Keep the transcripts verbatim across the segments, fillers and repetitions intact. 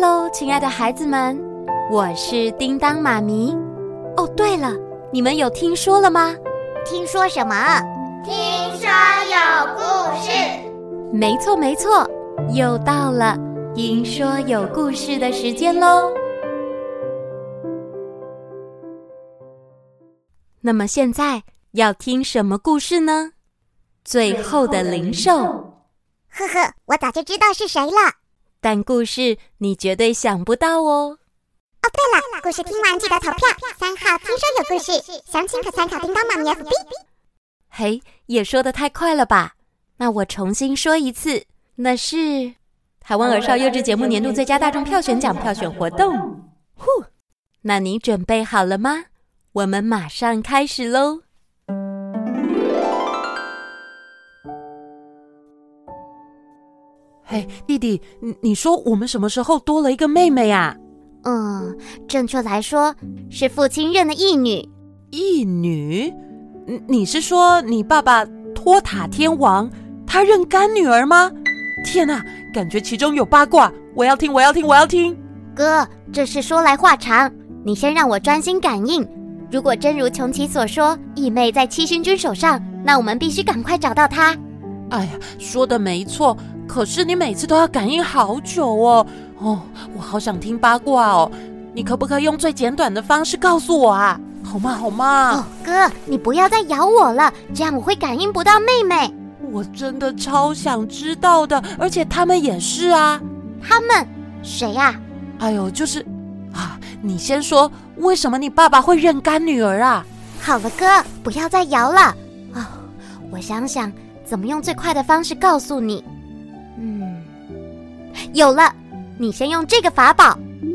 Hello， 亲爱的孩子们，我是叮当妈咪。哦，对了，你们有听说了吗？ 听说什么？ 听说有故事。 没错没错，又到了听说有故事的时间咯。那么现在要听什么故事呢？最后的灵兽。 呵呵，我早就知道是谁了。 但故事你绝对想不到哦。 哦，对了，故事听完记得投票。三号听说有故事，详情可参考叮当妈咪 F B。 嘿，也说得太快了吧？那我重新说一次，那是台湾儿少幼稚节目年度最佳大众票选奖票选活动。呼，那你准备好了吗？我们马上开始咯。 嘿，弟弟，你说我们什么时候多了一个妹妹啊？ 嗯，正确来说是父亲认的义女。 义女？你是说你爸爸托塔天王他认干女儿吗？天哪，感觉其中有八卦，我要听我要听我要听。 哥，这事说来话长，你先让我专心感应。如果真如琼奇所说，义妹在七星君手上，那我们必须赶快找到她。 哎呀，说的没错，可是你每次都要感应好久哦。哦，我好想听八卦哦，你可不可以用最简短的方式告诉我啊？好吗好吗？ 哦，哥，你不要再咬我了，这样我会感应不到妹妹。 我真的超想知道的，而且他们也是啊。 他们谁啊？ 哎呦，就是啊，你先说，为什么你爸爸会认干女儿啊？ 好了，哥，不要再摇了。哦，我想想怎么用最快的方式告诉你。嗯，有了，你先用这个法宝。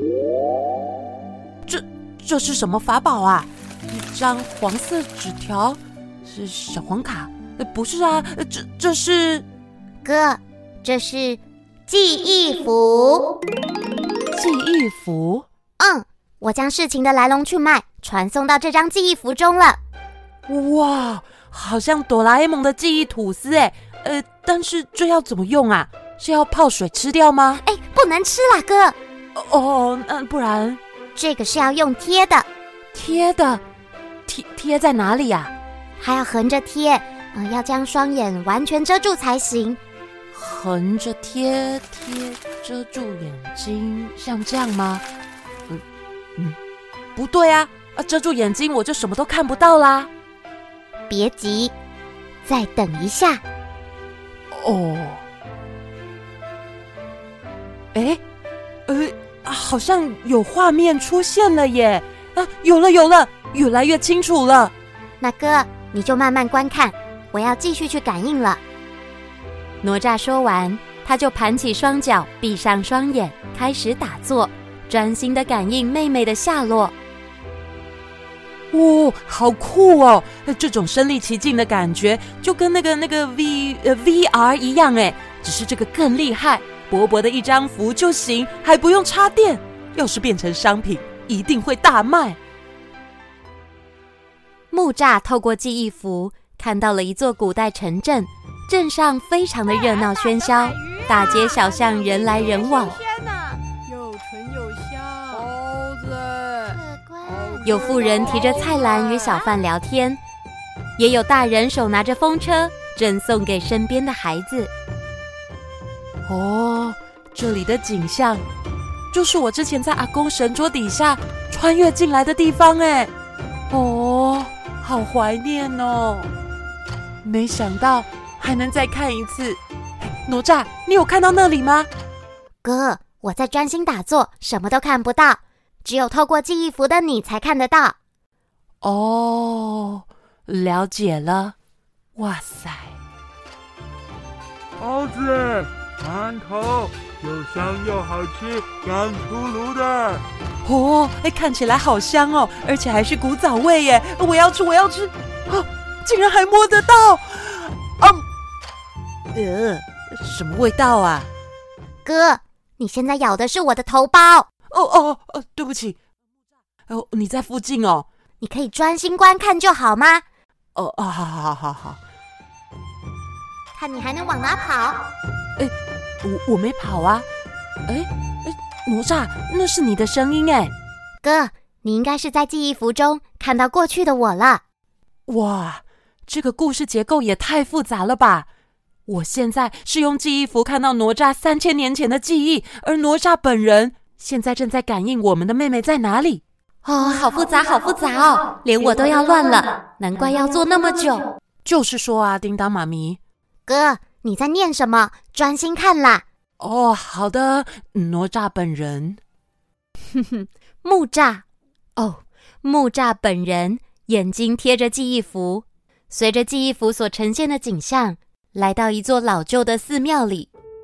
这这是什么法宝啊？一张黄色纸条，是小黄卡？呃，不是啊，这这是…… 哥，这是记忆符。 记忆符？ 嗯，我将事情的来龙去脉传送到这张记忆符中了。 哇，好像哆啦 A 梦的记忆吐司哎，呃，但是这要怎么用啊？是要泡水吃掉吗？ 哎，不能吃啦，哥。 哦，那不然？ 这个是要用贴的。 贴的？贴贴在哪里啊？ 还要横着贴，呃，要将双眼完全遮住才行。 横着贴，贴遮住眼睛，像这样吗？嗯嗯，不对啊，啊，遮住眼睛我就什么都看不到啦。 别急，再等一下。 哦，哎，呃，好像有画面出现了耶！啊，有了有了，越来越清楚了。 那哥，你就慢慢观看，我要继续去感应了。 哪吒说完，他就盘起双脚，闭上双眼，开始打坐，专心地感应妹妹的下落。 哦，好酷哦！这种身临其境的感觉，就跟那个那个 V 呃 V R 一样哎，只是这个更厉害，薄薄的一张符就行，还不用插电。要是变成商品，一定会大卖。 木栅透过记忆符看到了一座古代城镇，镇上非常的热闹喧嚣，大街小巷人来人往。 又纯又香，包子。 有妇人提着菜篮与小贩聊天，也有大人手拿着风车赠送给身边的孩子。 哦，这里的景象就是我之前在阿公神桌底下穿越进来的地方哎。哦，好怀念哦！没想到还能再看一次。哪吒，你有看到那里吗？ 哥，我在专心打坐，什么都看不到，只有透过记忆符的你才看得到。 哦，了解了。哇塞！ 包子、馒头，又香又好吃，刚出炉的。 哦，看起来好香哦，而且还是古早味耶！我要吃，我要吃！啊，竟然还摸得到！啊，呃，什么味道啊？ 哥，你现在咬的是我的头包。 哦哦哦，对不起。哦，你在附近哦？ 你可以专心观看就好吗？ 哦啊，好好好好。 看你还能往哪跑？ 哎，我我没跑啊。哎哎， 哪吒，那是你的声音哎！ 哥，你应该是在记忆符中看到过去的我了。 哇，这个故事结构也太复杂了吧！我现在是用记忆符看到哪吒三千年前的记忆，而哪吒本人现在正在感应我们的妹妹在哪里。 哦，好复杂，好复杂哦，连我都要乱了，难怪要做那么久。 就是说啊，叮当妈咪， 哥，你在念什么？专心看啦。 哦，好的，哪吒本人。 哼哼，木吒。哦，木吒本人眼睛贴着记忆符，随着记忆符所呈现的景象，来到一座老旧的寺庙里。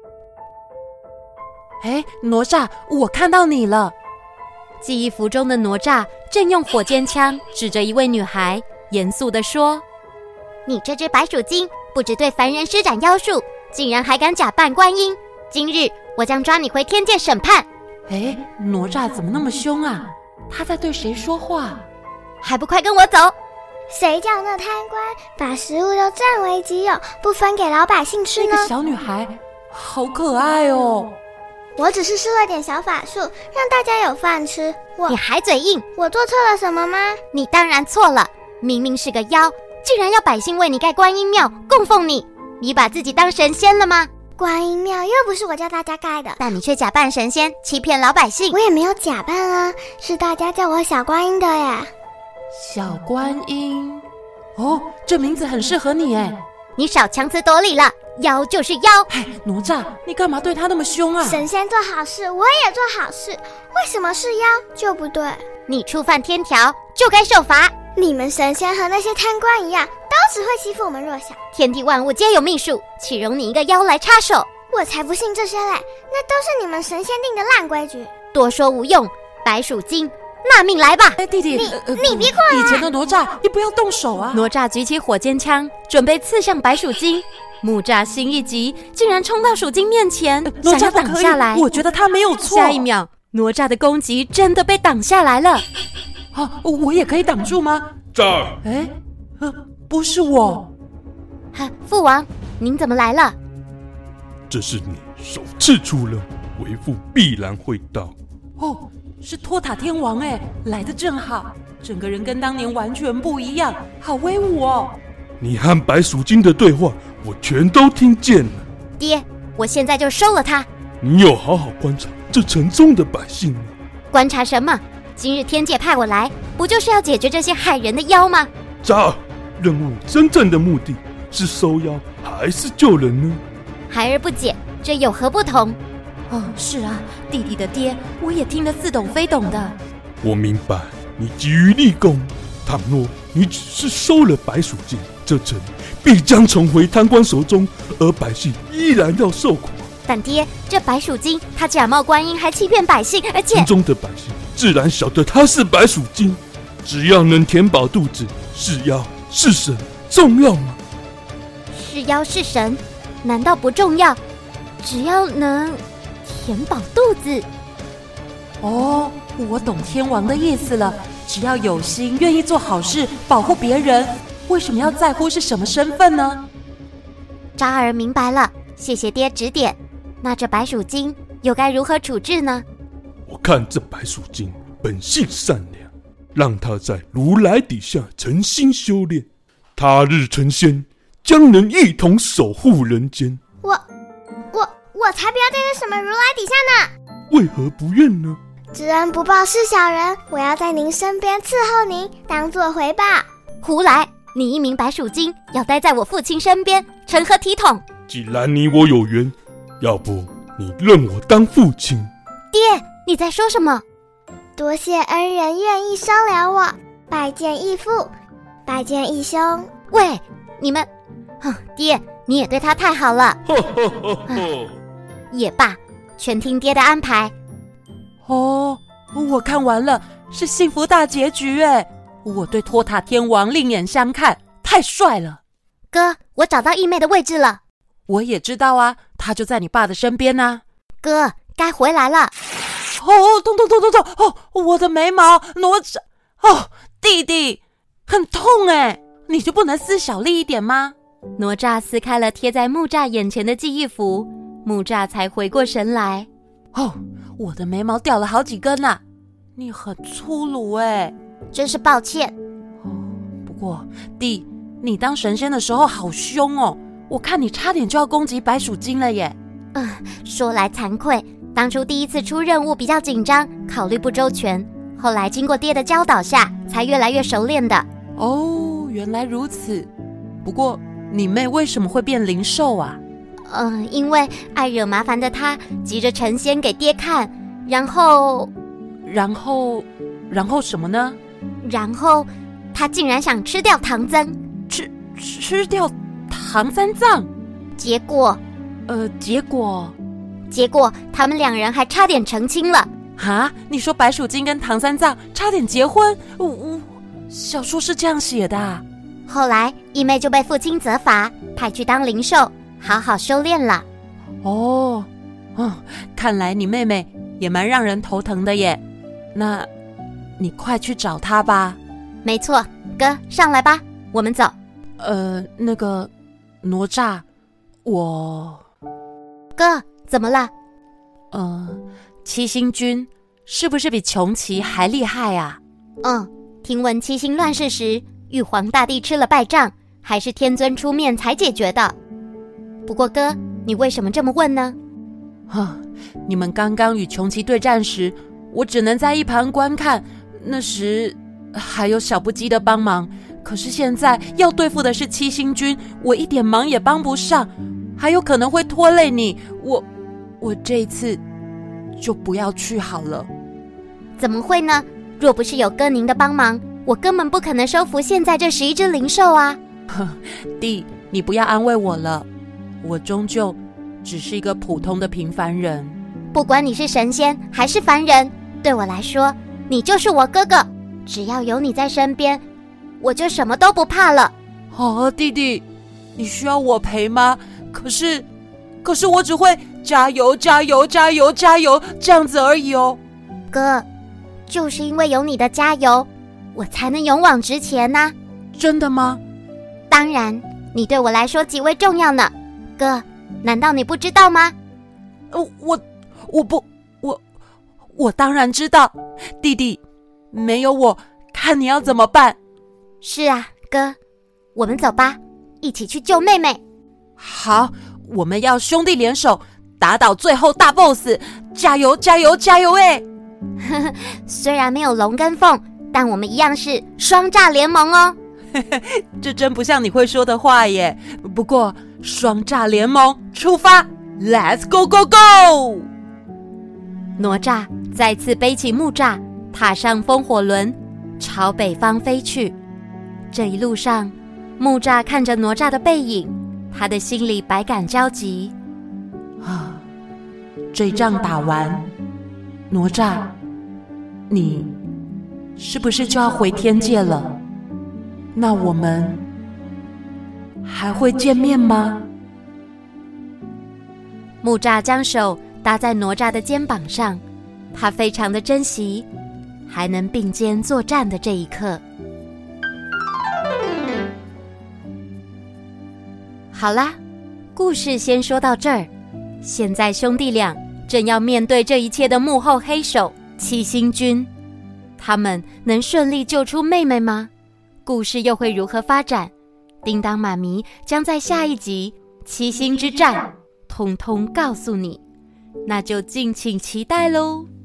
哎，哪吒，我看到你了。 记忆符中的哪吒正用火箭枪指着一位女孩，严肃地说： 你这只白鼠精不只对凡人施展妖术，竟然还敢假扮观音，今日我将抓你回天界审判。 哎，哪吒怎么那么凶啊？他在对谁说话？ 还不快跟我走！ 谁叫那贪官把食物都占为己有，不分给老百姓吃呢？ 那个小女孩好可爱哦。 我只是施了点小法术，让大家有饭吃。我你还嘴硬？ 我做错了什么吗？ 你当然错了，明明是个妖，竟然要百姓为你盖观音庙供奉你，你把自己当神仙了吗？ 观音庙又不是我叫大家盖的， 但你却假扮神仙，欺骗老百姓。 我也没有假扮啊，是大家叫我小观音的呀。 小观音，哦，这名字很适合你哎。 你少强词夺理了，妖就是妖。 哎，哪吒，你干嘛对他那么凶啊？ 神仙做好事，我也做好事，为什么是妖就不对？ 你触犯天条就该受罚。 你们神仙和那些贪官一样，都只会欺负我们弱小。 天地万物皆有秘术，岂容你一个妖来插手？ 我才不信这些嘞，那都是你们神仙定的烂规矩。 多说无用，白鼠精，纳命来吧！ 哎，弟弟， 你、 呃、 你别过来！ 以前的哪吒，你不要动手啊！ 哪吒举起火箭枪，准备刺向白鼠精。木吒心一急，竟然冲到鼠精面前， 哪吒想要挡下来。 我觉得他没有错。 下一秒，哪吒的攻击真的被挡下来了。 啊，我也可以挡住吗？ 这儿， 哎，呃，不是我。 哈，父王，您怎么来了？ 这是你首次出任，为父必然会到。 哦，是托塔天王哎，来得正好，整个人跟当年完全不一样，好威武哦！ 你和白鼠精的对话，我全都听见了。 爹，我现在就收了他。 你有好好观察这城中的百姓吗？ 观察什么？今日天界派我来，不就是要解决这些害人的妖吗？ 渣儿，任务真正的目的是收妖还是救人呢？ 孩儿不解，这有何不同？ 哦，是啊，弟弟的爹，我也听得似懂非懂的。 我明白你急于立功，倘若你只是收了白鼠精，这城必将重回贪官手中，而百姓依然要受苦。 但爹，这白鼠精他假冒观音，还欺骗百姓，而且城中的百姓自然晓得他是白鼠精，只要能填饱肚子，是妖是神重要吗？ 是妖是神，难道不重要？只要能填饱肚子。 哦，我懂天王的意思了。只要有心，愿意做好事，保护别人，为什么要在乎是什么身份呢？ 渣儿明白了，谢谢爹指点。那这白鼠精又该如何处置呢？ 我看这白鼠精本性善良，让他在如来底下诚心修炼，他日成仙，将能一同守护人间。 我我我才不要待在什么如来底下呢！ 为何不愿呢？ 知恩不报是小人，我要在您身边伺候您，当作回报。 胡来！你一名白鼠精，要待在我父亲身边，成何体统？ 既然你我有缘，要不你认我当父亲？ 爹，你在说什么？ 多谢恩人愿意收留我，拜见义父，拜见义兄。 喂，你们，哼，爹，你也对他太好了。 呵呵呵呵， 也罢，全听爹的安排。 哦，我看完了，是幸福大结局哎！我对托塔天王另眼相看，太帅了。 哥，我找到义妹的位置了。 我也知道啊，他就在你爸的身边啊。 哥，该回来了。 哦，痛痛痛痛痛！哦，我的眉毛，哪吒！哦，弟弟，很痛哎，你就不能撕小力一点吗？ 哪吒撕开了贴在木吒眼前的记忆符，木吒才回过神来。 哦， 我的眉毛掉了好几根啊！你很粗鲁哎， 真是抱歉。 哦，不过弟，你当神仙的时候好凶哦，我看你差点就要攻击白鼠精了耶。 嗯，说来惭愧，当初第一次出任务比较紧张，考虑不周全，后来经过爹的教导下，才越来越熟练的。 哦，原来如此。不过你妹为什么会变灵兽啊？ 嗯、呃，因为爱惹麻烦的她急着成仙给爹看，然后， 然后，然后什么呢？ 然后她竟然想吃掉唐僧， 吃吃掉唐三藏， 结果， 呃，结果， 结果他们两人还差点成亲了。 哈？你说白鼠精跟唐三藏差点结婚？呜、呜，小说是这样写的啊。 后来义妹就被父亲责罚，派去当灵兽，好好修炼了。 哦，哦，看来你妹妹也蛮让人头疼的耶。那，你快去找她吧。 没错，哥，上来吧，我们走。 呃，那个哪吒，我…… 哥，怎么了？ 呃，七星君是不是比穷奇还厉害啊？ 嗯，听闻七星乱世时，玉皇大帝吃了败仗，还是天尊出面才解决的。不过哥，你为什么这么问呢？ 哼，你们刚刚与穷奇对战时，我只能在一旁观看，那时还有小不羁的帮忙。可是现在要对付的是七星君，我一点忙也帮不上，还有可能会拖累你。我，我这一次就不要去好了。 怎么会呢？若不是有哥您的帮忙，我根本不可能收服现在这十一只灵兽啊！ 弟，你不要安慰我了，我终究只是一个普通的平凡人。 不管你是神仙还是凡人，对我来说，你就是我哥哥。只要有你在身边，我就什么都不怕了。 哦，弟弟，你需要我陪吗？可是，可是我只会加油、加油、加油、加油这样子而已哦。 哥，就是因为有你的加油，我才能勇往直前啊。 真的吗？ 当然，你对我来说极为重要呢。哥，难道你不知道吗？ 呃，我，我不，我，我当然知道。弟弟，没有我，看你要怎么办？ 是啊，哥，我们走吧，一起去救妹妹。 好，我们要兄弟联手，打倒最后大 boss， 加油，加油，加油！哎， 虽然没有龙跟凤，但我们一样是双炸联盟哦。 这真不像你会说的话耶。不过，双炸联盟出发 ，Let's go go go！ 哪吒再次背起木栅，踏上风火轮，朝北方飞去。这一路上，木栅看着哪吒的背影，他的心里百感交集。 啊，这一仗打完，哪吒，你是不是就要回天界了？那我们还会见面吗？ 木栅将手搭在哪吒的肩膀上，他非常的珍惜还能并肩作战的这一刻。好啦，故事先说到这儿。现在兄弟俩正要面对这一切的幕后黑手七星君，他们能顺利救出妹妹吗？故事又会如何发展？叮当妈咪将在下一集七星之战通通告诉你，那就敬请期待咯。